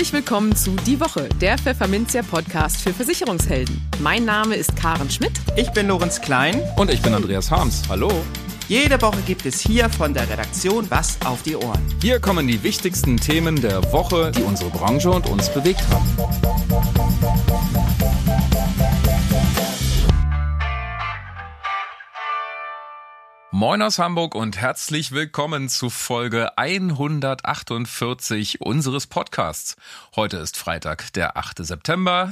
Herzlich willkommen zu Die Woche, der Pfefferminzia-Podcast für Versicherungshelden. Mein Name ist Karen Schmidt. Ich bin Lorenz Klein. Und ich bin Andreas Harms. Hallo. Jede Woche gibt es hier von der Redaktion was auf die Ohren. Hier kommen die wichtigsten Themen der Woche, die unsere Branche und uns bewegt haben. Moin aus Hamburg und herzlich willkommen zu Folge 148 unseres Podcasts. Heute ist Freitag, der 8. September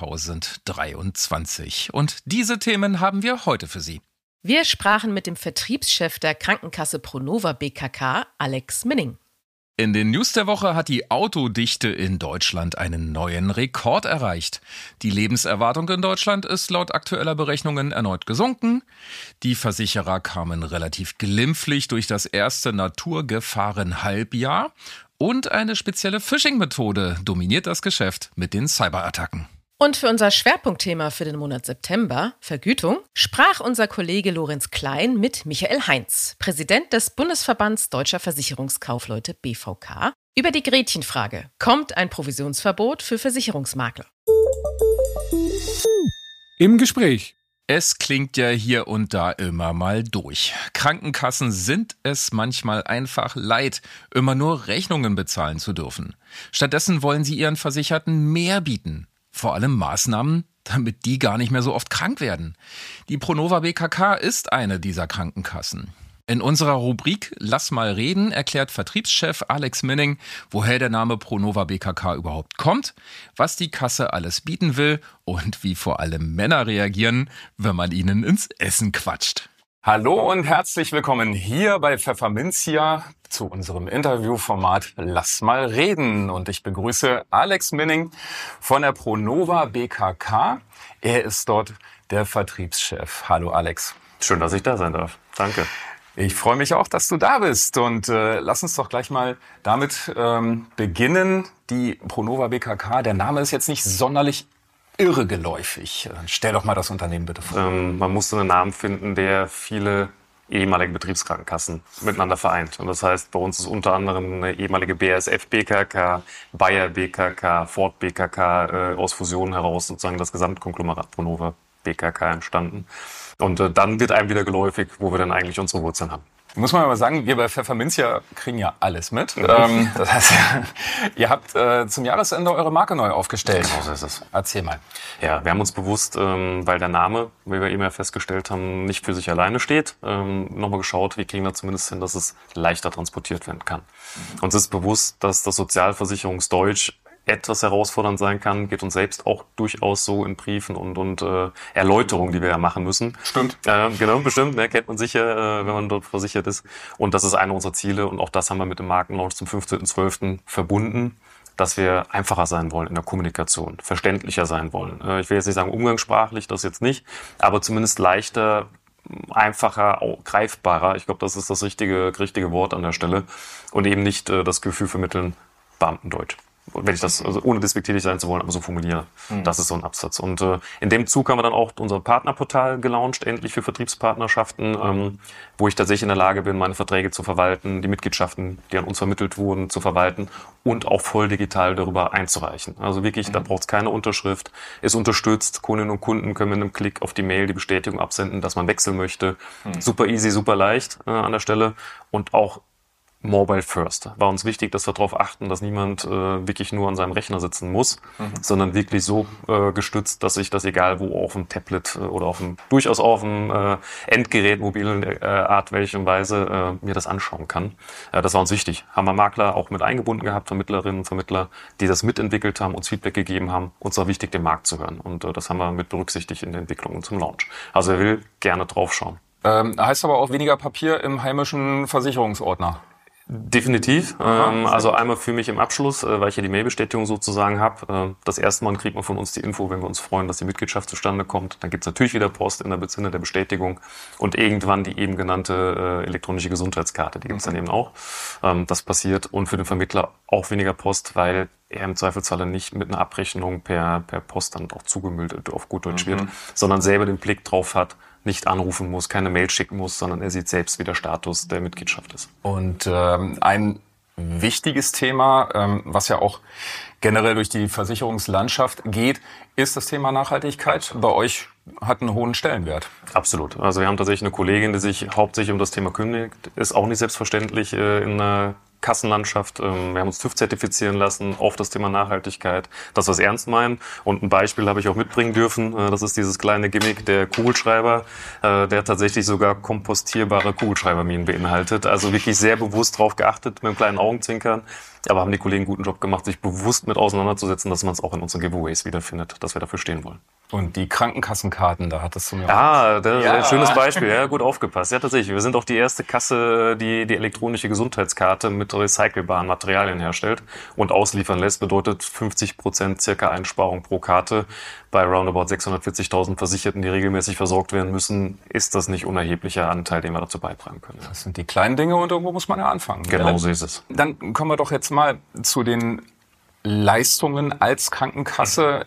2023 und diese Themen haben wir heute für Sie. Wir sprachen mit dem Vertriebschef der Krankenkasse Pronova BKK, Alex Minning. In den News der Woche hat die Autodichte in Deutschland einen neuen Rekord erreicht. Die Lebenserwartung in Deutschland ist laut aktueller Berechnungen erneut gesunken. Die Versicherer kamen relativ glimpflich durch das erste Naturgefahren-Halbjahr. Und eine spezielle Phishing-Methode dominiert das Geschäft mit den Cyberattacken. Und für unser Schwerpunktthema für den Monat September, Vergütung, sprach unser Kollege Lorenz Klein mit Michael Heinz, Präsident des Bundesverbands Deutscher Versicherungskaufleute BVK, über die Gretchenfrage: Kommt ein Provisionsverbot für Versicherungsmakler? Im Gespräch. Es klingt ja hier und da immer mal durch. Krankenkassen sind es manchmal einfach leid, immer nur Rechnungen bezahlen zu dürfen. Stattdessen wollen sie ihren Versicherten mehr bieten. Vor allem Maßnahmen, damit die gar nicht mehr so oft krank werden. Die Pronova BKK ist eine dieser Krankenkassen. In unserer Rubrik Lass mal reden erklärt Vertriebschef Alex Minning, woher der Name Pronova BKK überhaupt kommt, was die Kasse alles bieten will und wie vor allem Männer reagieren, wenn man ihnen ins Essen quatscht. Hallo und herzlich willkommen hier bei Pfefferminzia zu unserem Interviewformat Lass mal reden. Und ich begrüße Alex Minning von der Pronova BKK. Er ist dort der Vertriebschef. Hallo Alex. Schön, dass ich da sein darf. Danke. Ich freue mich auch, dass du da bist. Und lass uns doch gleich mal damit beginnen. Die Pronova BKK, der Name ist jetzt nicht sonderlich irregeläufig. Stell doch mal das Unternehmen bitte vor. Man musste einen Namen finden, der viele ehemalige Betriebskrankenkassen miteinander vereint. Und das heißt, bei uns ist unter anderem eine ehemalige BASF BKK, Bayer BKK, Ford BKK aus Fusionen heraus sozusagen das Gesamtkonglomerat Pronova BKK entstanden. Und dann wird einem wieder geläufig, wo wir dann eigentlich unsere Wurzeln haben. Muss man aber sagen, wir bei Pfefferminzia kriegen ja alles mit. Das heißt, ihr habt zum Jahresende eure Marke neu aufgestellt. Genau so ist es. Erzähl mal. Ja, wir haben uns bewusst, weil der Name, wie wir eben ja festgestellt haben, nicht für sich alleine steht, nochmal geschaut, wie kriegen wir zumindest hin, dass es leichter transportiert werden kann. Uns ist bewusst, dass das Sozialversicherungsdeutsch etwas herausfordernd sein kann, geht uns selbst auch durchaus so in Briefen und Erläuterungen, die wir ja machen müssen. Stimmt. Genau, bestimmt, ne, kennt man sicher, wenn man dort versichert ist. Und das ist einer unserer Ziele und auch das haben wir mit dem Markenlaunch zum 15.12. verbunden, dass wir einfacher sein wollen in der Kommunikation, verständlicher sein wollen. Ich will jetzt nicht sagen umgangssprachlich, das jetzt nicht, aber zumindest leichter, einfacher, auch greifbarer. Ich glaube, das ist das richtige Wort an der Stelle und eben nicht das Gefühl vermitteln, Beamtendeutsch. Wenn ich das, also ohne despektierlich sein zu wollen, aber so formuliere. Das ist so ein Absatz. Und in dem Zug haben wir dann auch unser Partnerportal gelauncht, endlich für Vertriebspartnerschaften, wo ich tatsächlich in der Lage bin, meine Verträge zu verwalten, die Mitgliedschaften, die an uns vermittelt wurden, zu verwalten und auch voll digital darüber einzureichen. Also wirklich, da braucht es keine Unterschrift. Es unterstützt, Kundinnen und Kunden können mit einem Klick auf die Mail die Bestätigung absenden, dass man wechseln möchte. Super easy, super leicht an der Stelle und auch Mobile First. War uns wichtig, dass wir darauf achten, dass niemand wirklich nur an seinem Rechner sitzen muss, sondern wirklich so gestützt, dass ich das egal wo auf dem Tablet oder durchaus auf dem Endgerät mobilen Art, welche Weise mir das anschauen kann. Das war uns wichtig. Haben wir Makler auch mit eingebunden gehabt, Vermittlerinnen und Vermittler, die das mitentwickelt haben, uns Feedback gegeben haben. Uns war wichtig, den Markt zu hören. Und das haben wir mit berücksichtigt in der Entwicklung und zum Launch. Also wer will, gerne draufschauen. Heißt aber auch weniger Papier im heimischen Versicherungsordner. Definitiv. Also einmal für mich im Abschluss, weil ich ja die Mailbestätigung sozusagen habe. Das erste Mal kriegt man von uns die Info, wenn wir uns freuen, dass die Mitgliedschaft zustande kommt. Dann gibt's natürlich wieder Post in der Sinne der Bestätigung und irgendwann die eben genannte elektronische Gesundheitskarte. Die gibt's dann eben auch. Das passiert und für den Vermittler auch weniger Post, weil er im Zweifelsfalle nicht mit einer Abrechnung per Post dann auch zugemüllt auf gut Deutsch wird, sondern selber den Blick drauf hat, nicht anrufen muss, keine Mail schicken muss, sondern er sieht selbst, wie der Status der Mitgliedschaft ist. Und ein wichtiges Thema, was ja auch generell durch die Versicherungslandschaft geht, ist das Thema Nachhaltigkeit. Bei euch hat einen hohen Stellenwert. Absolut. Also wir haben tatsächlich eine Kollegin, die sich hauptsächlich um das Thema kümmert. Ist auch nicht selbstverständlich in einer Kassenlandschaft. Wir haben uns TÜV zertifizieren lassen auf das Thema Nachhaltigkeit, dass wir es ernst meinen. Und ein Beispiel habe ich auch mitbringen dürfen. Das ist dieses kleine Gimmick, der Kugelschreiber, der tatsächlich sogar kompostierbare Kugelschreiberminen beinhaltet. Also wirklich sehr bewusst drauf geachtet, mit einem kleinen Augenzwinkern. Aber haben die Kollegen einen guten Job gemacht, sich bewusst mit auseinanderzusetzen, dass man es auch in unseren Giveaways wiederfindet, dass wir dafür stehen wollen. Und die Krankenkassenkarten, da hattest du mir ein schönes Beispiel, ja, gut aufgepasst. Ja, tatsächlich, wir sind auch die erste Kasse, die die elektronische Gesundheitskarte mit recycelbaren Materialien herstellt und ausliefern lässt. Bedeutet 50% circa Einsparung pro Karte. Bei roundabout 640.000 Versicherten, die regelmäßig versorgt werden müssen, ist das nicht unerheblicher Anteil, den wir dazu beitragen können. Das sind die kleinen Dinge und irgendwo muss man ja anfangen. Genau so ist es. Dann kommen wir doch jetzt mal zu den Leistungen als Krankenkasse.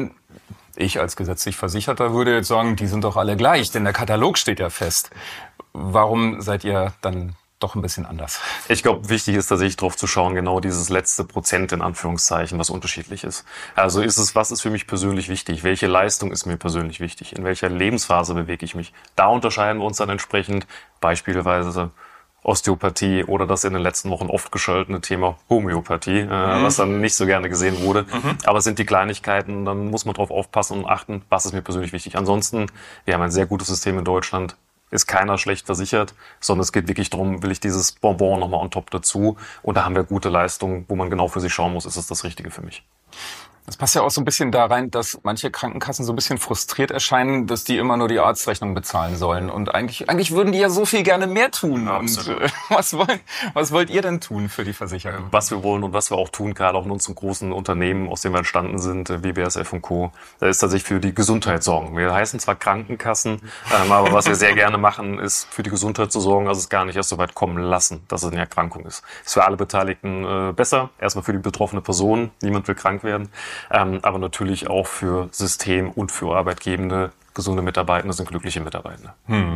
Ich als gesetzlich Versicherter würde jetzt sagen, die sind doch alle gleich, denn der Katalog steht ja fest. Warum seid ihr dann doch ein bisschen anders? Ich glaube, wichtig ist tatsächlich drauf zu schauen, genau dieses letzte Prozent in Anführungszeichen, was unterschiedlich ist. Also was ist für mich persönlich wichtig? Welche Leistung ist mir persönlich wichtig? In welcher Lebensphase bewege ich mich? Da unterscheiden wir uns dann entsprechend, beispielsweise Osteopathie oder das in den letzten Wochen oft gescholtene Thema Homöopathie, was dann nicht so gerne gesehen wurde. Aber es sind die Kleinigkeiten, dann muss man drauf aufpassen und achten, was ist mir persönlich wichtig. Ansonsten, wir haben ein sehr gutes System in Deutschland, ist keiner schlecht versichert, sondern es geht wirklich darum, will ich dieses Bonbon nochmal on top dazu und da haben wir gute Leistungen, wo man genau für sich schauen muss, ist es das Richtige für mich. Das passt ja auch so ein bisschen da rein, dass manche Krankenkassen so ein bisschen frustriert erscheinen, dass die immer nur die Arztrechnung bezahlen sollen. Und eigentlich würden die ja so viel gerne mehr tun. Absolut. Und was wollt ihr denn tun für die Versicherung? Was wir wollen und was wir auch tun, gerade auch in unseren großen Unternehmen, aus denen wir entstanden sind, wie BASF und Co., da ist tatsächlich für die Gesundheit sorgen. Wir heißen zwar Krankenkassen, aber was wir sehr gerne machen, ist für die Gesundheit zu sorgen, also es gar nicht erst so weit kommen lassen, dass es eine Erkrankung ist. Ist für alle Beteiligten besser. Erstmal für die betroffene Person. Niemand will krank werden. Aber natürlich auch für System und für Arbeitgebende. Gesunde Mitarbeitende sind glückliche Mitarbeitende.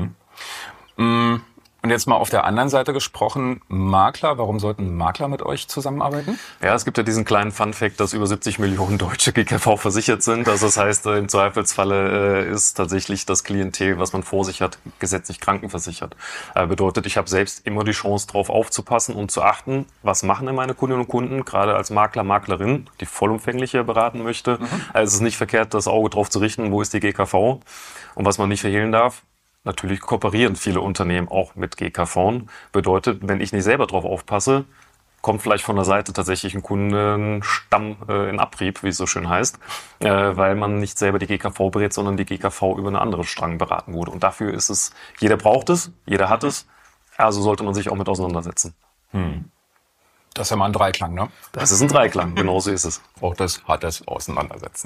Und jetzt mal auf der anderen Seite gesprochen, Makler, warum sollten Makler mit euch zusammenarbeiten? Ja, es gibt ja diesen kleinen Funfact, dass über 70 Millionen Deutsche GKV versichert sind. Also das heißt, im Zweifelsfalle ist tatsächlich das Klientel, was man vor sich hat, gesetzlich krankenversichert. Bedeutet, ich habe selbst immer die Chance, darauf aufzupassen und zu achten, was machen denn meine Kundinnen und Kunden, gerade als Makler, Maklerin, die vollumfänglich hier beraten möchte. Also es ist nicht verkehrt, das Auge drauf zu richten, wo ist die GKV. Und was man nicht verhehlen darf, natürlich kooperieren viele Unternehmen auch mit GKV. Bedeutet, wenn ich nicht selber drauf aufpasse, kommt vielleicht von der Seite tatsächlich ein Kundenstamm in Abrieb, wie es so schön heißt, weil man nicht selber die GKV berät, sondern die GKV über eine andere Strang beraten wurde. Und dafür ist es, jeder braucht es, jeder hat es, also sollte man sich auch mit auseinandersetzen. Das ist ja mal ein Dreiklang, ne? Das ist ein Dreiklang, genau so ist es. Auch das hat das Auseinandersetzen.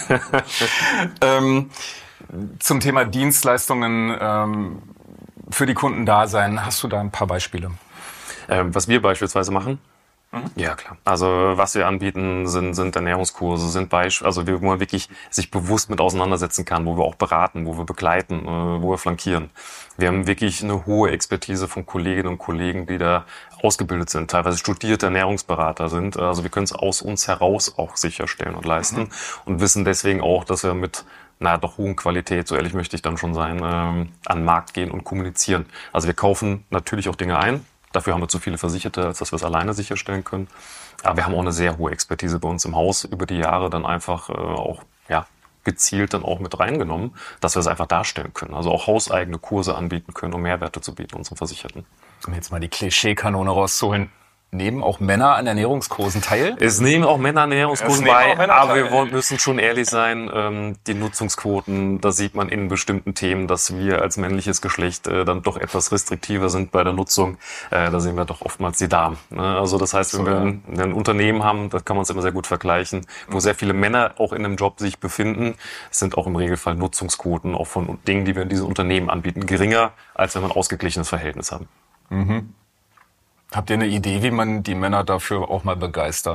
Zum Thema Dienstleistungen für die Kunden da sein, hast du da ein paar Beispiele? Was wir beispielsweise machen? Ja, klar. Also was wir anbieten, sind Ernährungskurse, also wo man wirklich sich bewusst mit auseinandersetzen kann, wo wir auch beraten, wo wir begleiten, wo wir flankieren. Wir haben wirklich eine hohe Expertise von Kolleginnen und Kollegen, die da ausgebildet sind, teilweise studierte Ernährungsberater sind. Also wir können es aus uns heraus auch sicherstellen und leisten und wissen deswegen auch, dass wir mit doch hohen Qualität, so ehrlich möchte ich dann schon sein, an den Markt gehen und kommunizieren. Also wir kaufen natürlich auch Dinge ein. Dafür haben wir zu viele Versicherte, als dass wir es alleine sicherstellen können. Aber wir haben auch eine sehr hohe Expertise bei uns im Haus über die Jahre dann einfach auch gezielt dann auch mit reingenommen, dass wir es einfach darstellen können. Also auch hauseigene Kurse anbieten können, um Mehrwerte zu bieten unseren Versicherten. Um jetzt mal die Klischeekanone rauszuholen. Nehmen auch Männer an Ernährungskursen teil? Es nehmen auch Männer an Ernährungskursen bei, aber wir müssen schon ehrlich sein, die Nutzungsquoten, da sieht man in bestimmten Themen, dass wir als männliches Geschlecht dann doch etwas restriktiver sind bei der Nutzung. Da sehen wir doch oftmals die Damen. Also das heißt, wenn wir ein Unternehmen haben, da kann man es immer sehr gut vergleichen, wo sehr viele Männer auch in einem Job sich befinden, sind auch im Regelfall Nutzungsquoten auch von Dingen, die wir in diesen Unternehmen anbieten, geringer, als wenn wir ein ausgeglichenes Verhältnis haben. Habt ihr eine Idee, wie man die Männer dafür auch mal begeistern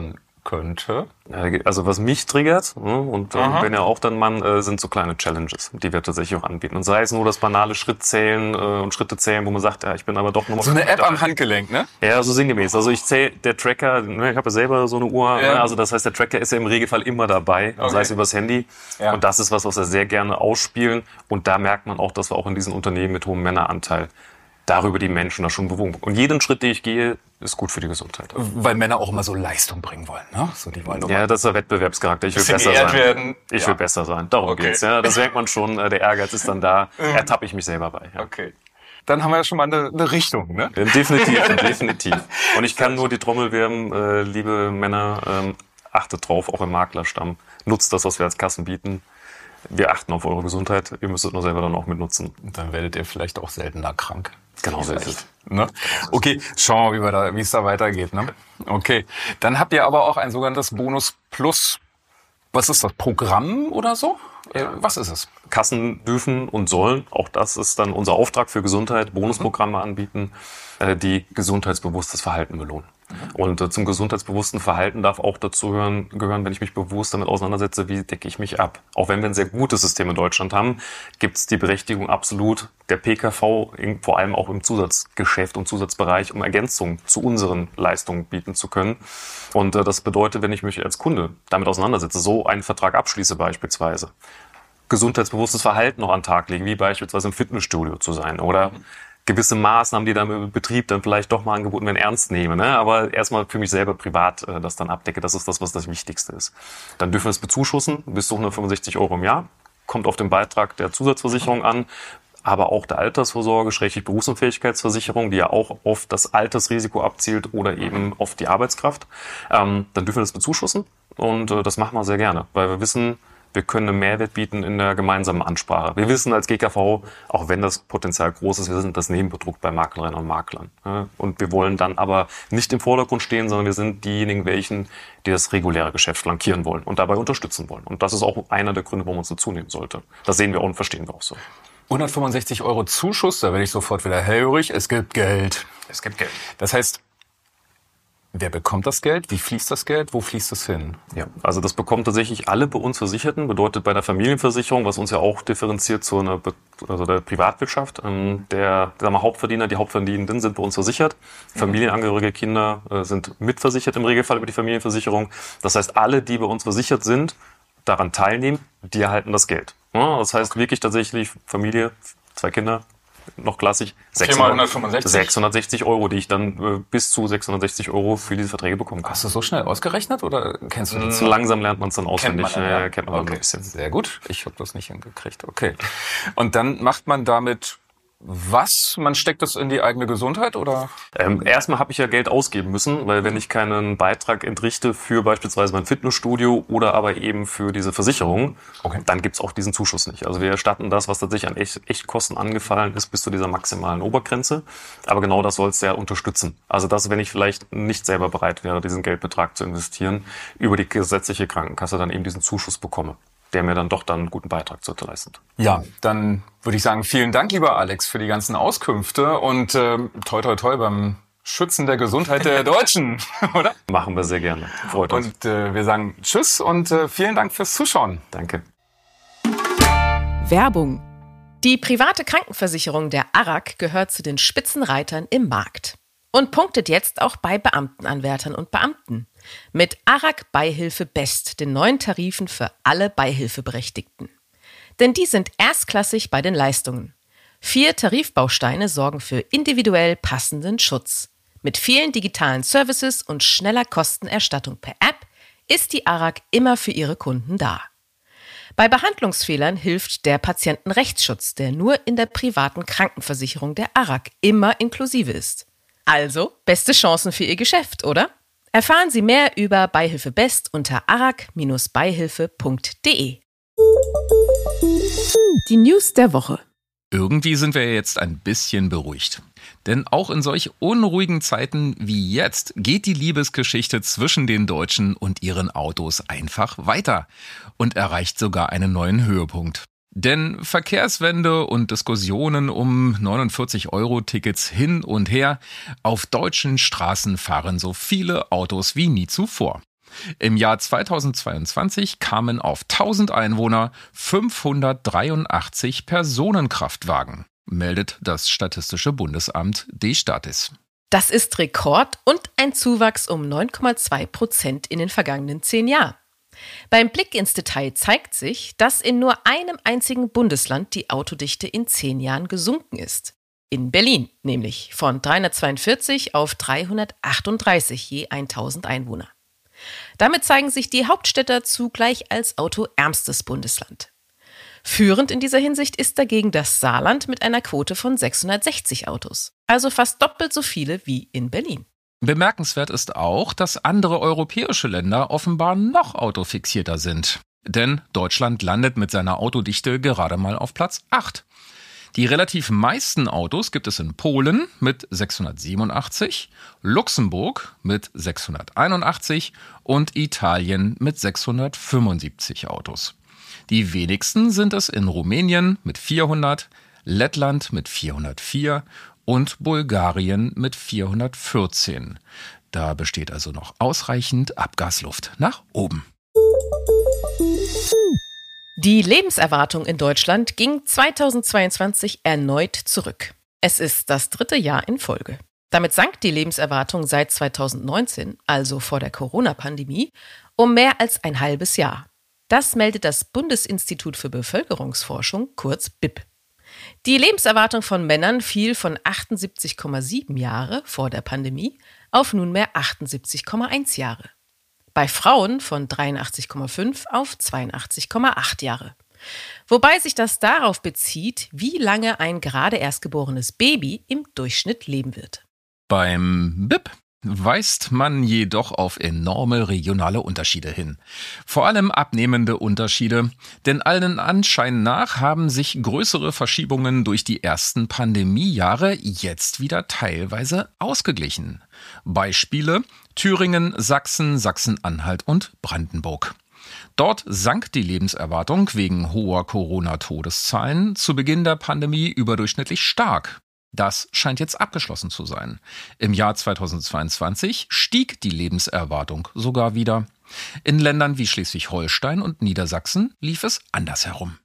könnte? Also was mich triggert, und wenn ja auch dann Mann, sind so kleine Challenges, die wir tatsächlich auch anbieten. Und sei es nur das banale Schrittzählen und Schritte zählen, wo man sagt, ja, ich bin aber doch nur... So eine App am Handgelenk, ne? Ja, so sinngemäß. Also ich zähle, der Tracker, ich habe ja selber so eine Uhr, Ja. also das heißt, der Tracker ist ja im Regelfall immer dabei, sei es übers Handy. Ja. Und das ist was wir sehr gerne ausspielen. Und da merkt man auch, dass wir auch in diesen Unternehmen mit hohem Männeranteil darüber die Menschen da schon bewogen. Und jeden Schritt, den ich gehe, ist gut für die Gesundheit. Weil Männer auch immer so Leistung bringen wollen, ne? So, die wollen doch Ja, das ist der Wettbewerbscharakter. Ich will bisschen besser geehrt sein. werden. Ich Ja. will besser sein. Darum Okay. geht's. Ja, das merkt man schon. Der Ehrgeiz ist dann da. Ertappe ich mich selber bei. Ja. Okay. Dann haben wir ja schon mal eine Richtung, ne? Definitiv. Und ich kann nur die Trommel werben, liebe Männer, achtet drauf, auch im Maklerstamm. Nutzt das, was wir als Kassen bieten. Wir achten auf eure Gesundheit. Ihr müsst es nur selber dann auch mitnutzen. Dann werdet ihr vielleicht auch seltener krank. Genau so ist es. Ne? Okay, schauen wir mal, wie es da weitergeht. Ne? Okay, dann habt ihr aber auch ein sogenanntes Bonus Plus. Was ist das? Programm oder so? Was ist es? Kassen dürfen und sollen, auch das ist dann unser Auftrag für Gesundheit, Bonusprogramme anbieten, die gesundheitsbewusstes Verhalten belohnen. Und zum gesundheitsbewussten Verhalten darf auch dazu gehören, wenn ich mich bewusst damit auseinandersetze, wie decke ich mich ab. Auch wenn wir ein sehr gutes System in Deutschland haben, gibt es die Berechtigung absolut der PKV, vor allem auch im Zusatzgeschäft und Zusatzbereich, um Ergänzungen zu unseren Leistungen bieten zu können. Und das bedeutet, wenn ich mich als Kunde damit auseinandersetze, so einen Vertrag abschließe beispielsweise, gesundheitsbewusstes Verhalten noch an den Tag legen, wie beispielsweise im Fitnessstudio zu sein oder gewisse Maßnahmen, die dann im Betrieb dann vielleicht doch mal angeboten werden, ernst nehme. Ne? Aber erstmal für mich selber privat das dann abdecke. Das ist das, was das Wichtigste ist. Dann dürfen wir es bezuschussen bis zu 165 € im Jahr. Kommt auf den Beitrag der Zusatzversicherung an, aber auch der Altersvorsorge, schrägstrich Berufsunfähigkeitsversicherung, die ja auch auf das Altersrisiko abzielt oder eben auf die Arbeitskraft. Dann dürfen wir das bezuschussen und das machen wir sehr gerne, weil wir wissen, wir können einen Mehrwert bieten in der gemeinsamen Ansprache. Wir wissen als GKV, auch wenn das Potenzial groß ist, wir sind das Nebenprodukt bei Maklerinnen und Maklern. Und wir wollen dann aber nicht im Vordergrund stehen, sondern wir sind diejenigen, die das reguläre Geschäft flankieren wollen und dabei unterstützen wollen. Und das ist auch einer der Gründe, warum man uns dazu nehmen sollte. Das sehen wir auch und verstehen wir auch so. 165 € Zuschuss, da werde ich sofort wieder hellhörig. Es gibt Geld. Es gibt Geld. Das heißt, wer bekommt das Geld? Wie fließt das Geld? Wo fließt es hin? Ja, also das bekommen tatsächlich alle bei uns Versicherten, bedeutet bei der Familienversicherung, was uns ja auch differenziert zu der Privatwirtschaft. Der Hauptverdiener, die Hauptverdienenden sind bei uns versichert. Familienangehörige Kinder sind mitversichert im Regelfall über die Familienversicherung. Das heißt, alle, die bei uns versichert sind, daran teilnehmen, die erhalten das Geld. Ja, das heißt wirklich tatsächlich Familie, 2 Kinder, noch klassisch, 660 €, die ich dann bis zu 660 € für diese Verträge bekommen kann. Hast du so schnell ausgerechnet oder kennst du das? Langsam lernt man es dann auswendig. Kennt man ein bisschen. Sehr gut. Ich habe das nicht hingekriegt. Okay. Und dann macht man damit was? Man steckt das in die eigene Gesundheit oder? Erstmal habe ich ja Geld ausgeben müssen, weil wenn ich keinen Beitrag entrichte für beispielsweise mein Fitnessstudio oder aber eben für diese Versicherung, dann gibt's auch diesen Zuschuss nicht. Also wir erstatten das, was tatsächlich an Echtkosten angefallen ist, bis zu dieser maximalen Obergrenze. Aber genau das soll es ja unterstützen. Also dass, wenn ich vielleicht nicht selber bereit wäre, diesen Geldbetrag zu investieren, über die gesetzliche Krankenkasse dann eben diesen Zuschuss bekomme, der mir dann doch dann einen guten Beitrag zu leistet. Ja, dann würde ich sagen, vielen Dank, lieber Alex, für die ganzen Auskünfte und toi toi toi beim Schützen der Gesundheit der Deutschen, oder? Machen wir sehr gerne. Freut uns. Und wir sagen Tschüss und vielen Dank fürs Zuschauen. Danke. Werbung. Die private Krankenversicherung der ARAG gehört zu den Spitzenreitern im Markt und punktet jetzt auch bei Beamtenanwärtern und Beamten. Mit ARAG Beihilfe Best, den neuen Tarifen für alle Beihilfeberechtigten. Denn die sind erstklassig bei den Leistungen. 4 Tarifbausteine sorgen für individuell passenden Schutz. Mit vielen digitalen Services und schneller Kostenerstattung per App ist die ARAG immer für ihre Kunden da. Bei Behandlungsfehlern hilft der Patientenrechtsschutz, der nur in der privaten Krankenversicherung der ARAG immer inklusive ist. Also, beste Chancen für Ihr Geschäft, oder? Erfahren Sie mehr über Beihilfe Best unter arag-beihilfe.de. Die News der Woche. Irgendwie sind wir jetzt ein bisschen beruhigt. Denn auch in solch unruhigen Zeiten wie jetzt geht die Liebesgeschichte zwischen den Deutschen und ihren Autos einfach weiter und erreicht sogar einen neuen Höhepunkt. Denn Verkehrswende und Diskussionen um 49-Euro-Tickets hin und her, auf deutschen Straßen fahren so viele Autos wie nie zuvor. Im Jahr 2022 kamen auf 1000 Einwohner 583 Personenkraftwagen, meldet das Statistische Bundesamt D-Statis. Das ist Rekord und ein Zuwachs um 9,2% in den vergangenen 10 Jahren. Beim Blick ins Detail zeigt sich, dass in nur einem einzigen Bundesland die Autodichte in 10 Jahren gesunken ist. In Berlin, nämlich von 342 auf 338 je 1000 Einwohner. Damit zeigen sich die Hauptstädter zugleich als autoärmstes Bundesland. Führend in dieser Hinsicht ist dagegen das Saarland mit einer Quote von 660 Autos, also fast doppelt so viele wie in Berlin. Bemerkenswert ist auch, dass andere europäische Länder offenbar noch autofixierter sind. Denn Deutschland landet mit seiner Autodichte gerade mal auf Platz 8. Die relativ meisten Autos gibt es in Polen mit 687, Luxemburg mit 681 und Italien mit 675 Autos. Die wenigsten sind es in Rumänien mit 400, Lettland mit 404 und Bulgarien mit 414. Da besteht also noch ausreichend Abgasluft nach oben. Die Lebenserwartung in Deutschland ging 2022 erneut zurück. Es ist das 3. Jahr in Folge. Damit sank die Lebenserwartung seit 2019, also vor der Corona-Pandemie, um mehr als ein halbes Jahr. Das meldet das Bundesinstitut für Bevölkerungsforschung, kurz BIP. Die Lebenserwartung von Männern fiel von 78,7 Jahre vor der Pandemie auf nunmehr 78,1 Jahre. Bei Frauen von 83,5 auf 82,8 Jahre. Wobei sich das darauf bezieht, wie lange ein gerade erst geborenes Baby im Durchschnitt leben wird. Beim BIP weist man jedoch auf enorme regionale Unterschiede hin. Vor allem abnehmende Unterschiede, denn allen Anschein nach haben sich größere Verschiebungen durch die ersten Pandemiejahre jetzt wieder teilweise ausgeglichen. Beispiele: Thüringen, Sachsen, Sachsen-Anhalt und Brandenburg. Dort sank die Lebenserwartung wegen hoher Corona-Todeszahlen zu Beginn der Pandemie überdurchschnittlich stark. Das scheint jetzt abgeschlossen zu sein. Im Jahr 2022 stieg die Lebenserwartung sogar wieder. In Ländern wie Schleswig-Holstein und Niedersachsen lief es andersherum.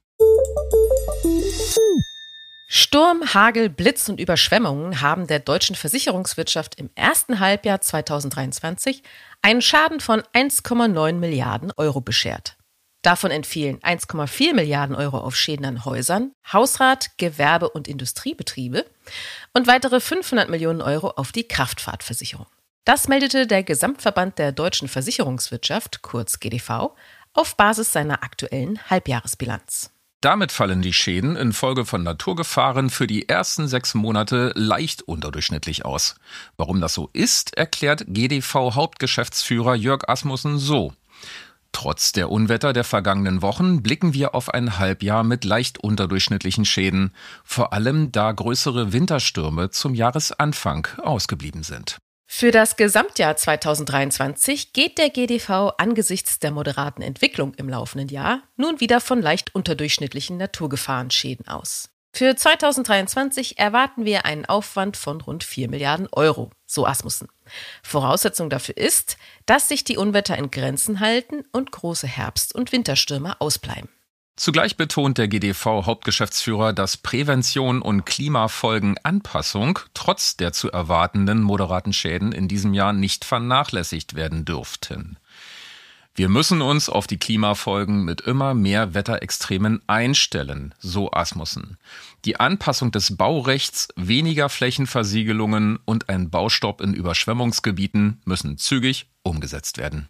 Sturm, Hagel, Blitz und Überschwemmungen haben der deutschen Versicherungswirtschaft im ersten Halbjahr 2023 einen Schaden von 1,9 Milliarden Euro beschert. Davon entfielen 1,4 Milliarden Euro auf Schäden an Häusern, Hausrat-, Gewerbe- und Industriebetriebe und weitere 500 Millionen Euro auf die Kraftfahrtversicherung. Das meldete der Gesamtverband der deutschen Versicherungswirtschaft, kurz GDV, auf Basis seiner aktuellen Halbjahresbilanz. Damit fallen die Schäden infolge von Naturgefahren für die ersten 6 Monate leicht unterdurchschnittlich aus. Warum das so ist, erklärt GDV-Hauptgeschäftsführer Jörg Asmussen so: Trotz der Unwetter der vergangenen Wochen blicken wir auf ein Halbjahr mit leicht unterdurchschnittlichen Schäden, vor allem da größere Winterstürme zum Jahresanfang ausgeblieben sind. Für das Gesamtjahr 2023 geht der GDV angesichts der moderaten Entwicklung im laufenden Jahr nun wieder von leicht unterdurchschnittlichen Naturgefahrenschäden aus. Für 2023 erwarten wir einen Aufwand von rund 4 Milliarden Euro, so Asmussen. Voraussetzung dafür ist, dass sich die Unwetter in Grenzen halten und große Herbst- und Winterstürme ausbleiben. Zugleich betont der GDV-Hauptgeschäftsführer, dass Prävention und Klimafolgenanpassung trotz der zu erwartenden moderaten Schäden in diesem Jahr nicht vernachlässigt werden dürften. Wir müssen uns auf die Klimafolgen mit immer mehr Wetterextremen einstellen, so Asmussen. Die Anpassung des Baurechts, weniger Flächenversiegelungen und ein Baustopp in Überschwemmungsgebieten müssen zügig umgesetzt werden.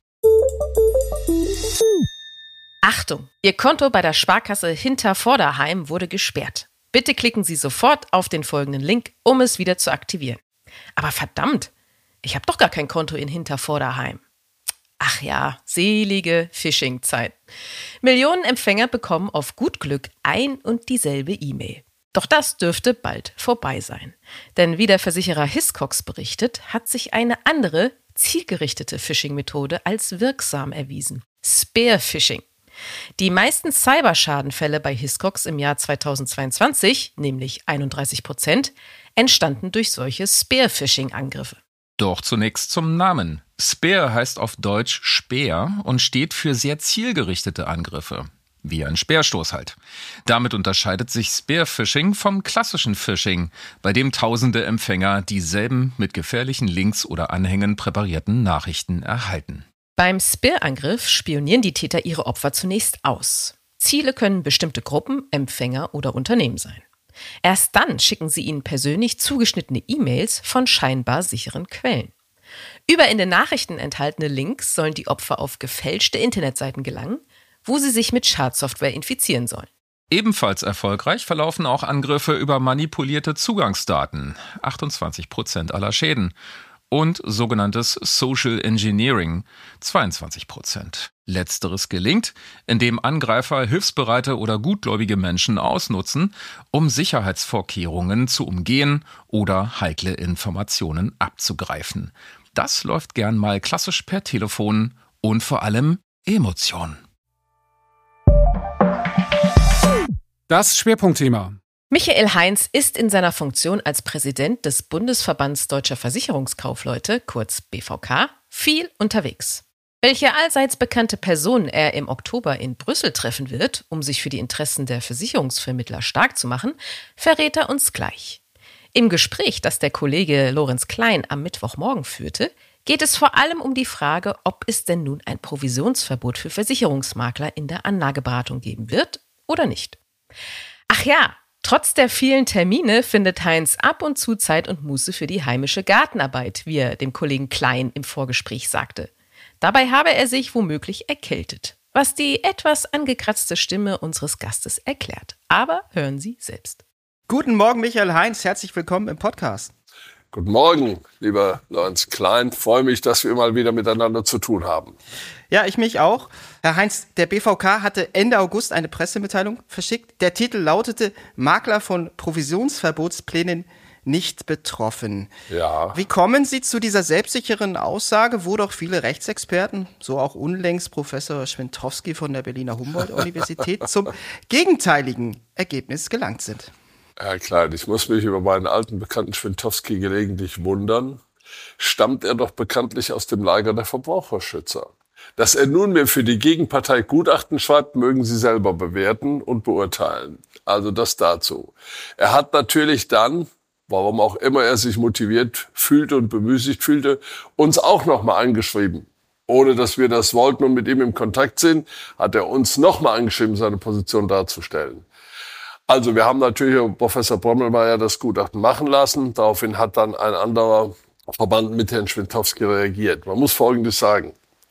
Achtung! Ihr Konto bei der Sparkasse Hintervorderheim wurde gesperrt. Bitte klicken Sie sofort auf den folgenden Link, um es wieder zu aktivieren. Aber verdammt, ich habe doch gar kein Konto in Hintervorderheim. Ach ja, selige Phishing-Zeit. Millionen Empfänger bekommen auf gut Glück ein und dieselbe E-Mail. Doch das dürfte bald vorbei sein. Denn wie der Versicherer Hiscox berichtet, hat sich eine andere, zielgerichtete Phishing-Methode als wirksam erwiesen. Spear-Phishing. Die meisten Cyberschadenfälle bei Hiscox im Jahr 2022, nämlich 31%, entstanden durch solche Spear-Phishing-Angriffe. Doch zunächst zum Namen. Speer heißt auf Deutsch Speer und steht für sehr zielgerichtete Angriffe. Wie ein Speerstoß halt. Damit unterscheidet sich Spearphishing vom klassischen Phishing, bei dem tausende Empfänger dieselben mit gefährlichen Links oder Anhängen präparierten Nachrichten erhalten. Beim Spear-Angriff spionieren die Täter ihre Opfer zunächst aus. Ziele können bestimmte Gruppen, Empfänger oder Unternehmen sein. Erst dann schicken sie ihnen persönlich zugeschnittene E-Mails von scheinbar sicheren Quellen. Über in den Nachrichten enthaltene Links sollen die Opfer auf gefälschte Internetseiten gelangen, wo sie sich mit Schadsoftware infizieren sollen. Ebenfalls erfolgreich verlaufen auch Angriffe über manipulierte Zugangsdaten, 28% aller Schäden, und sogenanntes Social Engineering, 22%. Letzteres gelingt, indem Angreifer hilfsbereite oder gutgläubige Menschen ausnutzen, um Sicherheitsvorkehrungen zu umgehen oder heikle Informationen abzugreifen. Das läuft gern mal klassisch per Telefon und vor allem Emotionen. Das Schwerpunktthema. Michael Heinz ist in seiner Funktion als Präsident des Bundesverbands Deutscher Versicherungskaufleute, kurz BVK, viel unterwegs. Welche allseits bekannte Person er im Oktober in Brüssel treffen wird, um sich für die Interessen der Versicherungsvermittler stark zu machen, verrät er uns gleich. Im Gespräch, das der Kollege Lorenz Klein am Mittwochmorgen führte, geht es vor allem um die Frage, ob es denn nun ein Provisionsverbot für Versicherungsmakler in der Anlageberatung geben wird oder nicht. Ach ja, trotz der vielen Termine findet Heinz ab und zu Zeit und Muße für die heimische Gartenarbeit, wie er dem Kollegen Klein im Vorgespräch sagte. Dabei habe er sich womöglich erkältet, was die etwas angekratzte Stimme unseres Gastes erklärt. Aber hören Sie selbst. Guten Morgen, Michael Heinz. Herzlich willkommen im Podcast. Guten Morgen, lieber Lorenz Klein. Freue mich, dass wir mal wieder miteinander zu tun haben. Ja, ich mich auch. Herr Heinz, der BVK hatte Ende August eine Pressemitteilung verschickt. Der Titel lautete: Makler von Provisionsverbotsplänen nicht betroffen. Ja. Wie kommen Sie zu dieser selbstsicheren Aussage, wo doch viele Rechtsexperten, so auch unlängst Professor Schwentowski von der Berliner Humboldt-Universität, zum gegenteiligen Ergebnis gelangt sind? Herr Klein, ich muss mich über meinen alten Bekannten Schwentowski gelegentlich wundern. Stammt er doch bekanntlich aus dem Lager der Verbraucherschützer. Dass er nunmehr für die Gegenpartei Gutachten schreibt, mögen Sie selber bewerten und beurteilen. Also das dazu. Er hat natürlich dann, warum auch immer er sich motiviert fühlte und bemüßigt fühlte, uns auch nochmal angeschrieben. Ohne dass wir das wollten und mit ihm im Kontakt sind, hat er uns nochmal angeschrieben, seine Position darzustellen. Also wir haben natürlich Professor Brommelmeier das Gutachten machen lassen. Daraufhin hat dann ein anderer Verband mit Herrn Schwentowski reagiert. Man muss Folgendes sagen.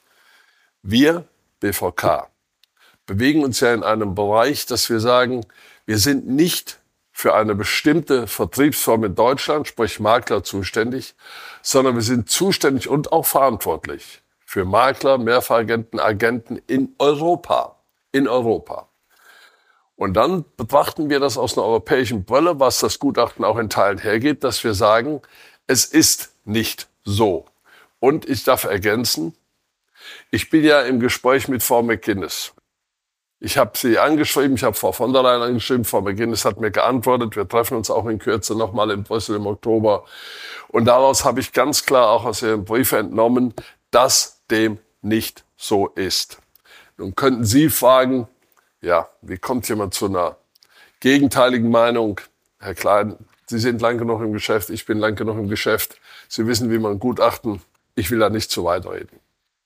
Wir, BVK, bewegen uns ja in einem Bereich, dass wir sagen, wir sind nicht für eine bestimmte Vertriebsform in Deutschland, sprich Makler, zuständig, sondern wir sind zuständig und auch verantwortlich für Makler, Mehrfachagenten, Agenten in Europa. In Europa. Und dann betrachten wir das aus einer europäischen Brille, was das Gutachten auch in Teilen hergibt, dass wir sagen, es ist nicht so. Und ich darf ergänzen, ich bin ja im Gespräch mit Frau McGuinness. Ich habe sie angeschrieben, ich habe Frau von der Leyen angeschrieben, Frau McGuinness hat mir geantwortet, wir treffen uns auch in Kürze nochmal in Brüssel im Oktober. Und daraus habe ich ganz klar auch aus ihrem Brief entnommen, dass dem nicht so ist. Nun könnten Sie fragen, ja, wie kommt jemand zu einer gegenteiligen Meinung? Herr Klein, Sie sind lang genug im Geschäft, ich bin lang genug im Geschäft. Sie wissen, wie man Gutachten, ich will da nicht zu weit reden.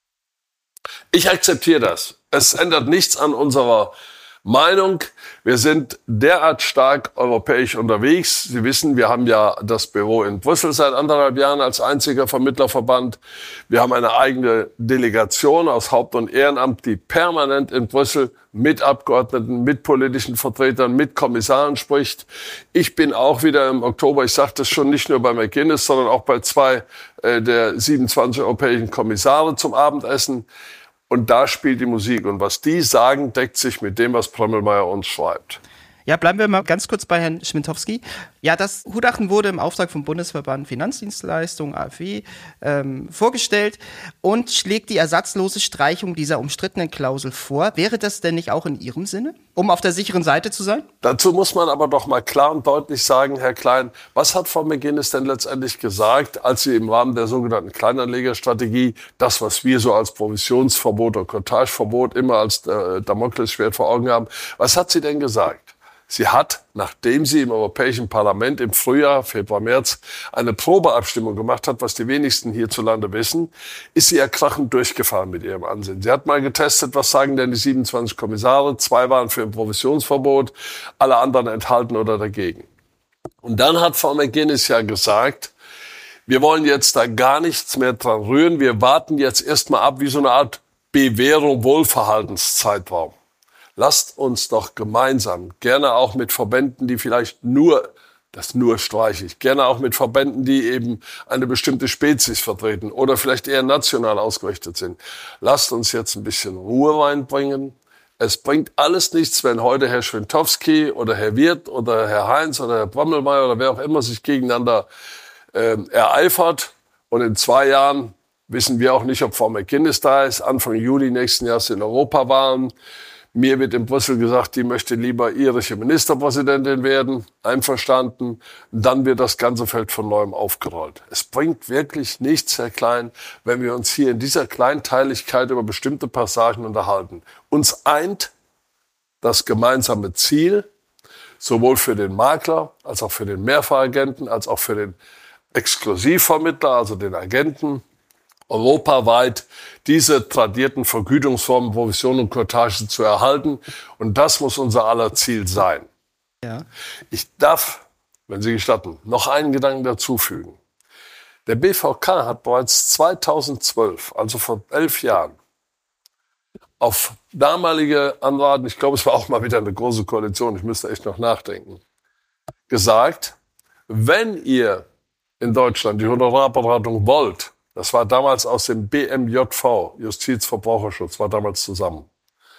Ich akzeptiere das. Es ändert nichts an unserer Meinung. Wir sind derart stark europäisch unterwegs. Sie wissen, wir haben ja das Büro in Brüssel seit 1,5 Jahren als einziger Vermittlerverband. Wir haben eine eigene Delegation aus Haupt- und Ehrenamt, die permanent in Brüssel mit Abgeordneten, mit politischen Vertretern, mit Kommissaren spricht. Ich bin auch wieder im Oktober, ich sage das schon, nicht nur bei McGuinness, sondern auch bei 2 der 27 europäischen Kommissare zum Abendessen. Und da spielt die Musik. Und was die sagen, deckt sich mit dem, was Brommelmeier uns schreibt. Ja, bleiben wir mal ganz kurz bei Herrn Schmidtowski. Ja, das Gutachten wurde im Auftrag vom Bundesverband Finanzdienstleistungen, AfW, vorgestellt und schlägt die ersatzlose Streichung dieser umstrittenen Klausel vor. Wäre das denn nicht auch in Ihrem Sinne, um auf der sicheren Seite zu sein? Dazu muss man aber doch mal klar und deutlich sagen, Herr Klein, was hat Frau McGuinness denn letztendlich gesagt, als sie im Rahmen der sogenannten Kleinanlegerstrategie das, was wir so als Provisionsverbot oder Courtageverbot immer als Damoklesschwert vor Augen haben, was hat sie denn gesagt? Sie hat, nachdem sie im Europäischen Parlament im Frühjahr, Februar, März eine Probeabstimmung gemacht hat, was die wenigsten hierzulande wissen, ist sie ja krachend durchgefahren mit ihrem Ansinnen. Sie hat mal getestet, was sagen denn die 27 Kommissare? 2 waren für ein Provisionsverbot, alle anderen enthalten oder dagegen. Und dann hat Frau McGuinness ja gesagt, wir wollen jetzt da gar nichts mehr dran rühren, wir warten jetzt erstmal ab, wie so eine Art Bewährung, Wohlverhaltenszeitraum. Lasst uns doch gemeinsam, gerne auch mit Verbänden, die vielleicht nur streiche ich, gerne auch mit Verbänden, die eben eine bestimmte Spezies vertreten oder vielleicht eher national ausgerichtet sind. Lasst uns jetzt ein bisschen Ruhe reinbringen. Es bringt alles nichts, wenn heute Herr Schwentowski oder Herr Wirth oder Herr Heinz oder Herr Brommelmeier oder wer auch immer sich gegeneinander ereifert. Und in 2 Jahren wissen wir auch nicht, ob Frau McGuinness da ist. Anfang Juli nächsten Jahres in Europawahlen. Mir wird in Brüssel gesagt, die möchte lieber irische Ministerpräsidentin werden. Einverstanden. Dann wird das ganze Feld von neuem aufgerollt. Es bringt wirklich nichts, Herr Klein, wenn wir uns hier in dieser Kleinteiligkeit über bestimmte Passagen unterhalten. Uns eint das gemeinsame Ziel, sowohl für den Makler, als auch für den Mehrfachagenten, als auch für den Exklusivvermittler, also den Agenten, europaweit diese tradierten Vergütungsformen, Provision und Courtage zu erhalten. Und das muss unser aller Ziel sein. Ja. Ich darf, wenn Sie gestatten, noch einen Gedanken dazufügen. Der BVK hat bereits 2012, also vor 11 Jahren, auf damalige Anraten, ich glaube, es war auch mal wieder eine große Koalition, ich müsste echt noch nachdenken, gesagt, wenn ihr in Deutschland die Honorarberatung wollt, das war damals aus dem BMJV, Justizverbraucherschutz, war damals zusammen.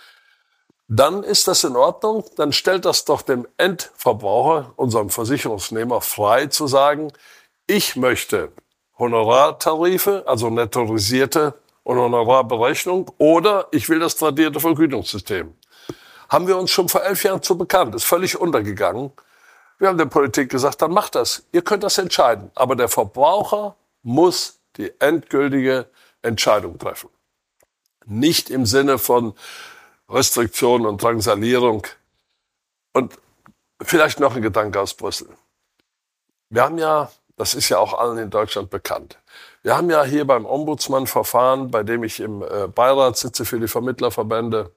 Dann ist das in Ordnung, dann stellt das doch dem Endverbraucher, unserem Versicherungsnehmer, frei zu sagen, ich möchte Honorartarife, also nettorisierte und Honorarberechnung, oder ich will das tradierte Vergütungssystem. Haben wir uns schon vor 11 Jahren zu bekannt, ist völlig untergegangen. Wir haben der Politik gesagt, dann macht das, ihr könnt das entscheiden. Aber der Verbraucher muss die endgültige Entscheidung treffen. Nicht im Sinne von Restriktion und Drangsalierung. Und vielleicht noch ein Gedanke aus Brüssel. Wir haben ja, das ist ja auch allen in Deutschland bekannt, wir haben ja hier beim Ombudsmann-Verfahren, bei dem ich im Beirat sitze für die Vermittlerverbände,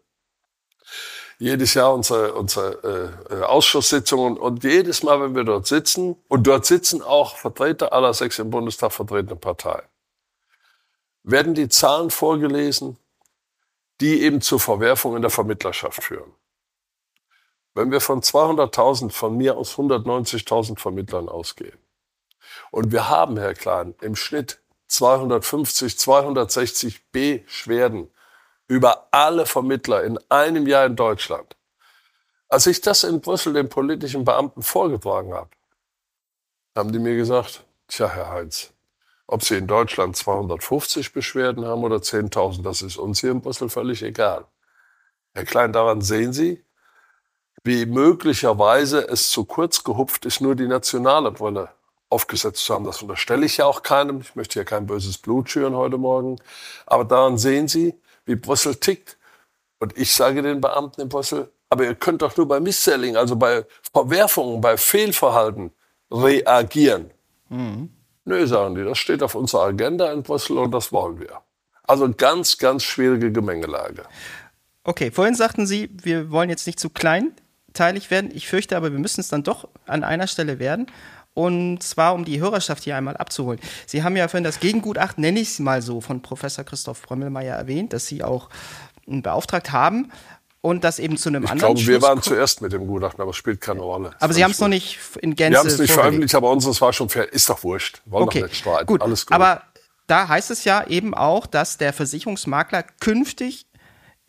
jedes Jahr unsere Ausschusssitzungen und jedes Mal, wenn wir dort sitzen, und dort sitzen auch Vertreter aller 6 im Bundestag vertretenen Parteien, werden die Zahlen vorgelesen, die eben zur Verwerfung in der Vermittlerschaft führen. Wenn wir von 200.000, von mir aus 190.000 Vermittlern ausgehen und wir haben, Herr Klein, im Schnitt 250, 260 Beschwerden über alle Vermittler in einem Jahr in Deutschland. Als ich das in Brüssel den politischen Beamten vorgetragen habe, haben die mir gesagt, tja, Herr Heinz, ob Sie in Deutschland 250 Beschwerden haben oder 10.000, das ist uns hier in Brüssel völlig egal. Herr Klein, daran sehen Sie, wie möglicherweise es zu kurz gehupft ist, nur die nationale Brille aufgesetzt zu haben. Das unterstelle ich ja auch keinem. Ich möchte ja kein böses Blut schüren heute Morgen. Aber daran sehen Sie, wie Brüssel tickt. Und ich sage den Beamten in Brüssel, aber ihr könnt doch nur bei Misselling, also bei Verwerfungen, bei Fehlverhalten reagieren. Nö, sagen die, das steht auf unserer Agenda in Brüssel und das wollen wir. Also ganz, ganz schwierige Gemengelage. Okay, vorhin sagten Sie, wir wollen jetzt nicht zu kleinteilig werden. Ich fürchte aber, wir müssen es dann doch an einer Stelle werden. Und zwar, um die Hörerschaft hier einmal abzuholen. Sie haben ja vorhin das Gegengutachten, nenne ich es mal so, von Professor Christoph Brommelmeier erwähnt, dass Sie auch beauftragt haben und das eben zu einem anderen Schluss. Ich glaube, wir waren zuerst mit dem Gutachten, aber es spielt keine Rolle. Aber Sie haben es noch nicht in Gänze Wir haben es nicht veröffentlicht, aber unseres war schon fair. Ist doch wurscht. Wollen doch nicht streiten. Gut. Alles gut. Aber da heißt es ja eben auch, dass der Versicherungsmakler künftig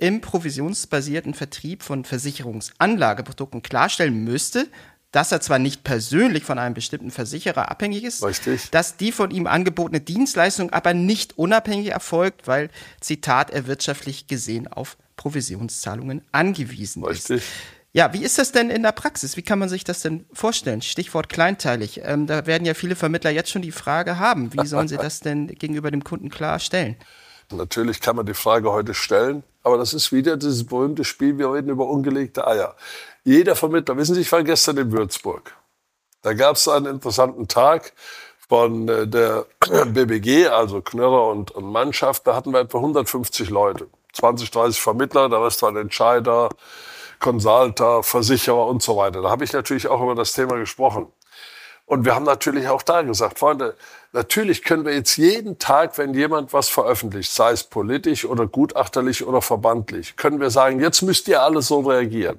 im provisionsbasierten Vertrieb von Versicherungsanlageprodukten klarstellen müsste, dass er zwar nicht persönlich von einem bestimmten Versicherer abhängig ist, Richtig. dass die von ihm angebotene Dienstleistung aber nicht unabhängig erfolgt, weil, Zitat, er wirtschaftlich gesehen auf Provisionszahlungen angewiesen ist. Richtig. Ja, wie ist das denn in der Praxis? Wie kann man sich das denn vorstellen? Stichwort kleinteilig. Da werden ja viele Vermittler jetzt schon die Frage haben, wie sollen sie das denn gegenüber dem Kunden klar stellen? Natürlich kann man die Frage heute stellen, aber das ist wieder dieses berühmte Spiel, wir reden über ungelegte Eier. Jeder Vermittler, wissen Sie, ich war gestern in Würzburg. Da gab es einen interessanten Tag von der BBG, also Knörrer und Mannschaft. Da hatten wir etwa 150 Leute, 20, 30 Vermittler, der Rest waren Entscheider, Consulter, Versicherer und so weiter. Da habe ich natürlich auch über das Thema gesprochen. Und wir haben natürlich auch da gesagt, Freunde, natürlich können wir jetzt jeden Tag, wenn jemand was veröffentlicht, sei es politisch oder gutachterlich oder verbandlich, können wir sagen, jetzt müsst ihr alle so reagieren.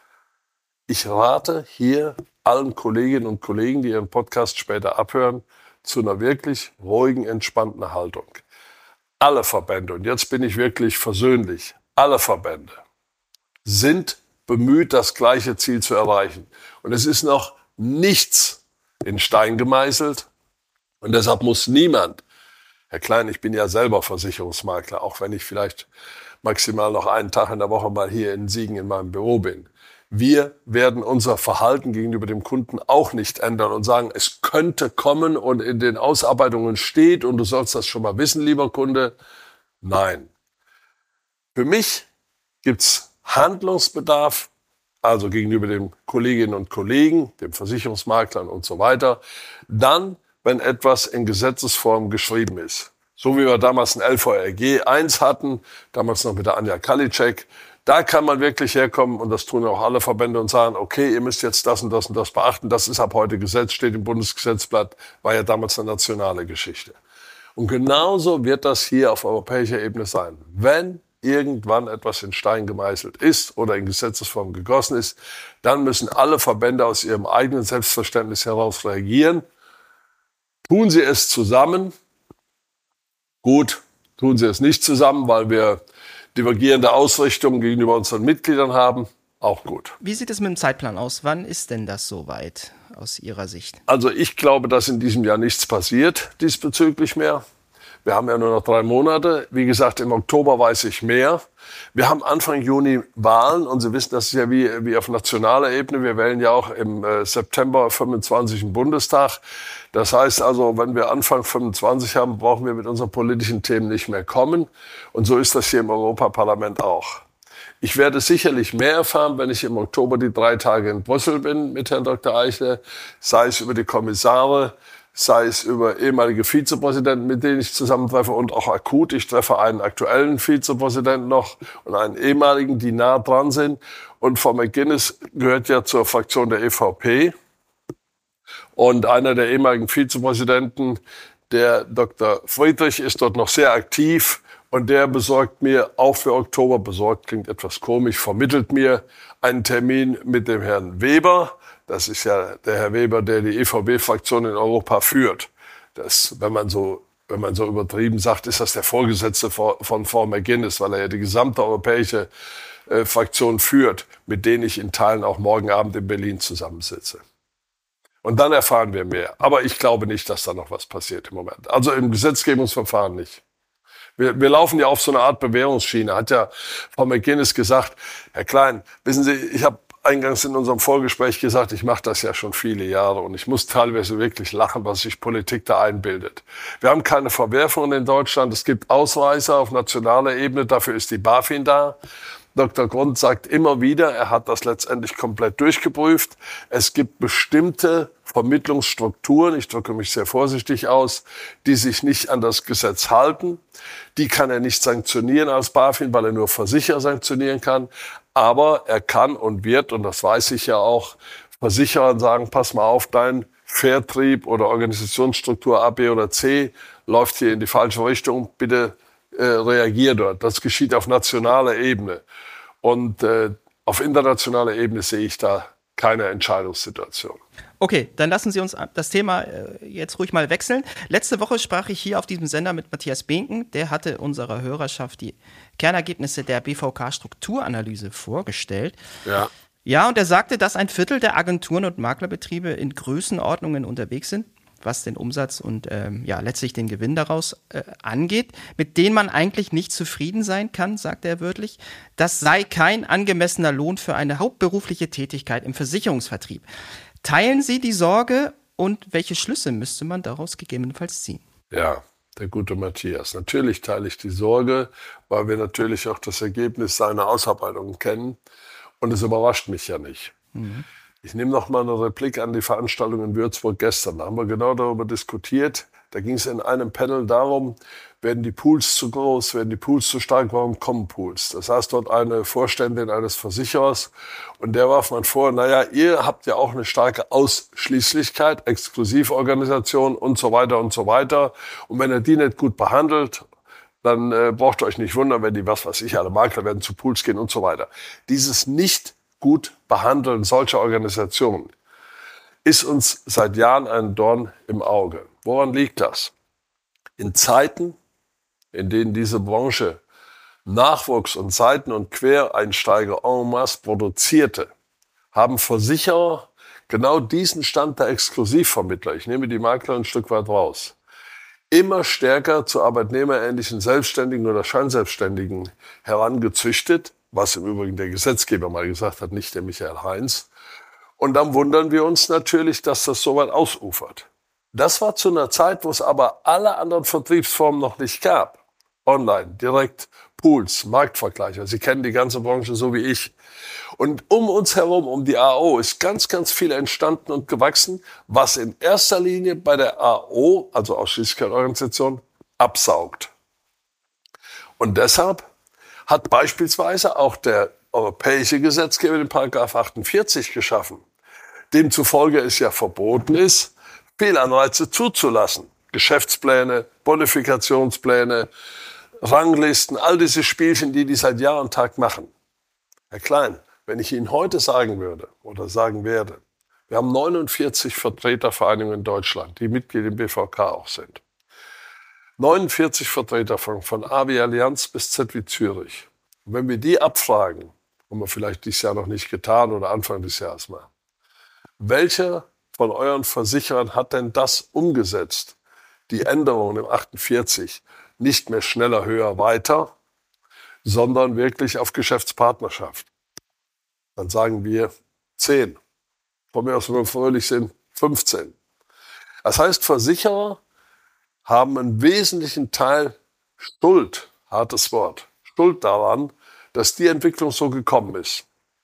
Ich rate hier allen Kolleginnen und Kollegen, die ihren Podcast später abhören, zu einer wirklich ruhigen, entspannten Haltung. Alle Verbände, und jetzt bin ich wirklich versöhnlich, alle Verbände sind bemüht, das gleiche Ziel zu erreichen. Und es ist noch nichts in Stein gemeißelt. Und deshalb muss niemand, Herr Klein, ich bin ja selber Versicherungsmakler, auch wenn ich vielleicht maximal noch einen Tag in der Woche mal hier in Siegen in meinem Büro bin. Wir werden unser Verhalten gegenüber dem Kunden auch nicht ändern und sagen, es könnte kommen und in den Ausarbeitungen steht und du sollst das schon mal wissen, lieber Kunde. Nein. Für mich gibt's Handlungsbedarf, also gegenüber den Kolleginnen und Kollegen, den Versicherungsmaklern und so weiter, dann, wenn etwas in Gesetzesform geschrieben ist. So wie wir damals ein LVRG 1 hatten, damals noch mit der Anja Kalitschek, da kann man wirklich herkommen, und das tun auch alle Verbände, und sagen, okay, ihr müsst jetzt das und das und das beachten, das ist ab heute Gesetz, steht im Bundesgesetzblatt, war ja damals eine nationale Geschichte. Und genauso wird das hier auf europäischer Ebene sein. Wenn irgendwann etwas in Stein gemeißelt ist oder in Gesetzesform gegossen ist, dann müssen alle Verbände aus ihrem eigenen Selbstverständnis heraus reagieren. Tun sie es zusammen? Gut, tun sie es nicht zusammen, weil wir divergierende Ausrichtungen gegenüber unseren Mitgliedern haben. Auch gut. Wie sieht es mit dem Zeitplan aus? Wann ist denn das soweit aus Ihrer Sicht? Also ich glaube, dass in diesem Jahr nichts passiert diesbezüglich mehr. Wir haben ja nur noch 3 Monate. Wie gesagt, im Oktober weiß ich mehr. Wir haben Anfang Juni Wahlen und Sie wissen, das ist ja wie auf nationaler Ebene. Wir wählen ja auch im September 25 im Bundestag. Das heißt also, wenn wir Anfang 25 haben, brauchen wir mit unseren politischen Themen nicht mehr kommen. Und so ist das hier im Europaparlament auch. Ich werde sicherlich mehr erfahren, wenn ich im Oktober die 3 Tage in Brüssel bin mit Herrn Dr. Eichler, sei es über die Kommissare, sei es über ehemalige Vizepräsidenten, mit denen ich zusammentreffe, und auch akut. Ich treffe einen aktuellen Vizepräsidenten noch und einen ehemaligen, die nah dran sind. Und Frau McGuinness gehört ja zur Fraktion der EVP. Und einer der ehemaligen Vizepräsidenten, der Dr. Friedrich, ist dort noch sehr aktiv. Und der besorgt mir, auch für Oktober, besorgt klingt etwas komisch, vermittelt mir einen Termin mit dem Herrn Weber. Das ist ja der Herr Weber, der die EVP-Fraktion in Europa führt. Das, wenn man so übertrieben sagt, ist das der Vorgesetzte von Frau McGuinness, weil er ja die gesamte europäische Fraktion führt, mit denen ich in Teilen auch morgen Abend in Berlin zusammensitze. Und dann erfahren wir mehr. Aber ich glaube nicht, dass da noch was passiert im Moment. Also im Gesetzgebungsverfahren nicht. Wir laufen ja auf so eine Art Bewährungsschiene. Hat ja Frau McGuinness gesagt, Herr Klein, wissen Sie, ich habe eingangs in unserem Vorgespräch gesagt, ich mache das ja schon viele Jahre und ich muss teilweise wirklich lachen, was sich Politik da einbildet. Wir haben keine Verwerfungen in Deutschland. Es gibt Ausreißer auf nationaler Ebene. Dafür ist die BaFin da. Dr. Grund sagt immer wieder, er hat das letztendlich komplett durchgeprüft. Es gibt bestimmte Vermittlungsstrukturen, ich drücke mich sehr vorsichtig aus, die sich nicht an das Gesetz halten. Die kann er nicht sanktionieren als BaFin, weil er nur Versicherer sanktionieren kann. Aber er kann und wird, und das weiß ich ja auch, Versicherern sagen, pass mal auf, dein Vertrieb oder Organisationsstruktur A, B oder C läuft hier in die falsche Richtung, bitte reagier dort. Das geschieht auf nationaler Ebene. Und auf internationaler Ebene sehe ich da keine Entscheidungssituation. Okay, dann lassen Sie uns das Thema jetzt ruhig mal wechseln. Letzte Woche sprach ich hier auf diesem Sender mit Matthias Behnken. Der hatte unserer Hörerschaft die Kernergebnisse der BVK-Strukturanalyse vorgestellt. Ja. Ja, und er sagte, dass ein Viertel der Agenturen und Maklerbetriebe in Größenordnungen unterwegs sind, was den Umsatz und letztlich den Gewinn daraus angeht, mit denen man eigentlich nicht zufrieden sein kann, sagte er wörtlich. Das sei kein angemessener Lohn für eine hauptberufliche Tätigkeit im Versicherungsvertrieb. Teilen Sie die Sorge und welche Schlüsse müsste man daraus gegebenenfalls ziehen? Ja, der gute Matthias. Natürlich teile ich die Sorge, weil wir natürlich auch das Ergebnis seiner Ausarbeitungen kennen. Und es überrascht mich ja nicht. Mhm. Ich nehme noch mal eine Replik an die Veranstaltung in Würzburg gestern. Da haben wir genau darüber diskutiert. Da ging es in einem Panel darum, werden die Pools zu groß, werden die Pools zu stark, warum kommen Pools? Das heißt, dort eine Vorständin eines Versicherers und der warf man vor, naja, ihr habt ja auch eine starke Ausschließlichkeit, Exklusivorganisation und so weiter und so weiter. Und wenn ihr die nicht gut behandelt, dann braucht ihr euch nicht wundern, wenn die, alle Makler werden zu Pools gehen und so weiter. Dieses nicht gut behandeln solcher Organisationen ist uns seit Jahren ein Dorn im Auge. Woran liegt das? In Zeiten, in denen diese Branche Nachwuchs und Seiten- und Quereinsteiger en masse produzierte, haben Versicherer genau diesen Stand der Exklusivvermittler, ich nehme die Makler ein Stück weit raus, immer stärker zu arbeitnehmerähnlichen Selbstständigen oder Scheinselbstständigen herangezüchtet, was im Übrigen der Gesetzgeber mal gesagt hat, nicht der Michael Heinz. Und dann wundern wir uns natürlich, dass das so weit ausufert. Das war zu einer Zeit, wo es aber alle anderen Vertriebsformen noch nicht gab. Online, direkt, Pools, Marktvergleiche. Sie kennen die ganze Branche so wie ich. Und um uns herum, um die AO, ist ganz, ganz viel entstanden und gewachsen, was in erster Linie bei der AO, also Ausschließlichkeitsorganisation, absaugt. Und deshalb hat beispielsweise auch der europäische Gesetzgeber den Paragraph 48 geschaffen. Demzufolge es ja verboten ist, Fehlanreize zuzulassen. Geschäftspläne, Bonifikationspläne, Ranglisten, all diese Spielchen, die seit Jahr und Tag machen. Herr Klein, wenn ich Ihnen heute sagen würde oder sagen werde, wir haben 49 Vertretervereinigungen in Deutschland, die Mitglied im BVK auch sind. 49 Vertreter von A wie Allianz bis Z wie Zürich. Und wenn wir die abfragen, haben wir vielleicht dieses Jahr noch nicht getan oder Anfang des Jahres mal, welcher von euren Versicherern hat denn das umgesetzt? Die Änderungen im 48 nicht mehr schneller, höher, weiter, sondern wirklich auf Geschäftspartnerschaft. Dann sagen wir 10. Von mir aus, wenn wir fröhlich sind, 15. Das heißt, Versicherer haben einen wesentlichen Teil Schuld, hartes Wort, Schuld daran, dass die Entwicklung so gekommen ist.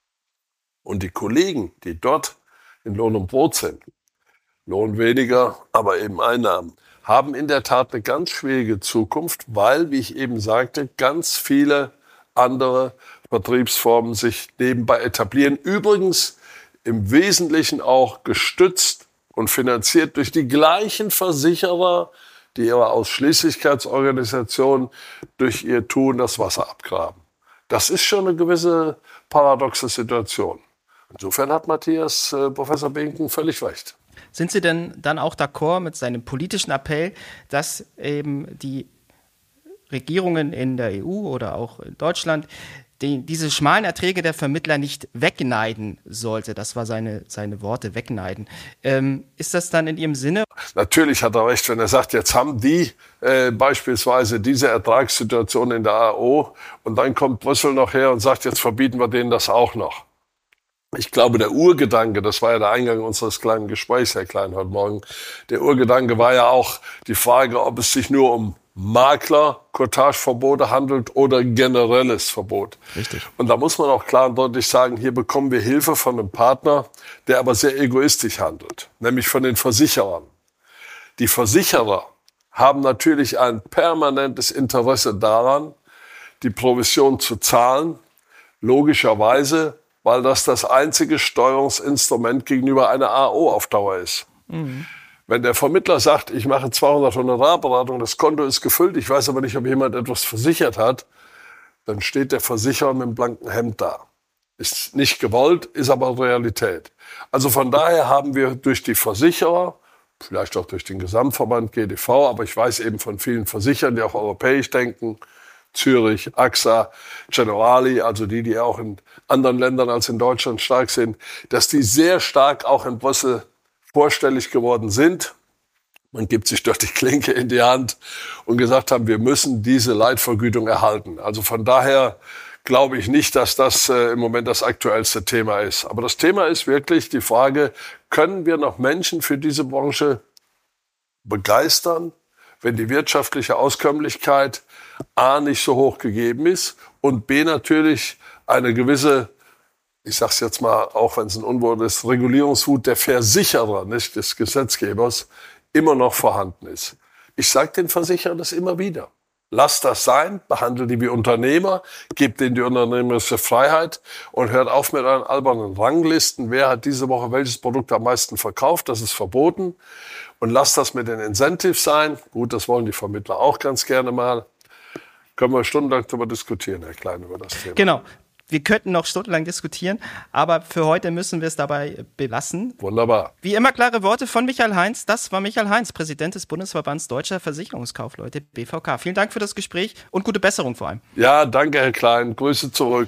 Und die Kollegen, die dort in Lohn und Brot sind, Lohn weniger, aber eben Einnahmen, haben in der Tat eine ganz schwierige Zukunft, weil, wie ich eben sagte, ganz viele andere Vertriebsformen sich nebenbei etablieren. Übrigens im Wesentlichen auch gestützt und finanziert durch die gleichen Versicherer, die ihrer Ausschließlichkeitsorganisation durch ihr Tun das Wasser abgraben. Das ist schon eine gewisse paradoxe Situation. Insofern hat Matthias, Professor Behnken, völlig recht. Sind Sie denn dann auch d'accord mit seinem politischen Appell, dass eben die Regierungen in der EU oder auch in Deutschland diese schmalen Erträge der Vermittler nicht wegneiden sollte? Das war seine Worte, wegneiden. Ist das dann in Ihrem Sinne? Natürlich hat er recht, wenn er sagt, jetzt haben die beispielsweise diese Ertragssituation in der AO und dann kommt Brüssel noch her und sagt, jetzt verbieten wir denen das auch noch. Ich glaube, der Urgedanke, das war ja der Eingang unseres kleinen Gesprächs, Herr Klein, heute Morgen, der Urgedanke war ja auch die Frage, ob es sich nur um Makler-Courtage-Verbote handelt oder generelles Verbot. Richtig. Und da muss man auch klar und deutlich sagen, hier bekommen wir Hilfe von einem Partner, der aber sehr egoistisch handelt, nämlich von den Versicherern. Die Versicherer haben natürlich ein permanentes Interesse daran, die Provision zu zahlen, logischerweise, weil das einzige Steuerungsinstrument gegenüber einer AO auf Dauer ist. Mhm. Wenn der Vermittler sagt, ich mache 200 Honorarberatungen, das Konto ist gefüllt, ich weiß aber nicht, ob jemand etwas versichert hat, dann steht der Versicherer mit einem blanken Hemd da. Ist nicht gewollt, ist aber Realität. Also von daher haben wir durch die Versicherer, vielleicht auch durch den Gesamtverband GDV, aber ich weiß eben von vielen Versicherern, die auch europäisch denken, Zürich, AXA, Generali, also die auch in anderen Ländern als in Deutschland stark sind, dass die sehr stark auch in Brüssel vorstellig geworden sind. Man gibt sich dort die Klinke in die Hand und gesagt haben, wir müssen diese Leitvergütung erhalten. Also von daher glaube ich nicht, dass das im Moment das aktuellste Thema ist. Aber das Thema ist wirklich die Frage, können wir noch Menschen für diese Branche begeistern, wenn die wirtschaftliche Auskömmlichkeit A nicht so hoch gegeben ist und B natürlich eine gewisse, ich sag's jetzt mal, auch wenn es ein Unwort ist, Regulierungswut der Versicherer, nicht des Gesetzgebers, immer noch vorhanden ist. Ich sage den Versicherern das immer wieder. Lasst das sein, behandelt die wie Unternehmer, gebt ihnen die unternehmerische Freiheit und hört auf mit euren albernen Ranglisten. Wer hat diese Woche welches Produkt am meisten verkauft? Das ist verboten. Und lasst das mit den Incentives sein. Gut, das wollen die Vermittler auch ganz gerne mal. Können wir stundenlang darüber diskutieren, Herr Klein, über das Thema. Genau. Wir könnten noch stundenlang diskutieren, aber für heute müssen wir es dabei belassen. Wunderbar. Wie immer klare Worte von Michael Heinz. Das war Michael Heinz, Präsident des Bundesverbands Deutscher Versicherungskaufleute, BVK. Vielen Dank für das Gespräch und gute Besserung vor allem. Ja, danke, Herr Klein. Grüße zurück.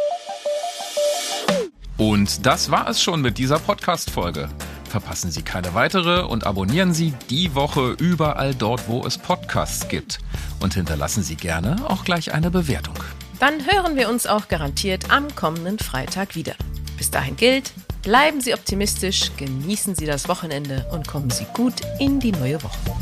Und das war es schon mit dieser Podcast-Folge. Verpassen Sie keine weitere und abonnieren Sie die Woche überall dort, wo es Podcasts gibt. Und hinterlassen Sie gerne auch gleich eine Bewertung. Dann hören wir uns auch garantiert am kommenden Freitag wieder. Bis dahin gilt, bleiben Sie optimistisch, genießen Sie das Wochenende und kommen Sie gut in die neue Woche.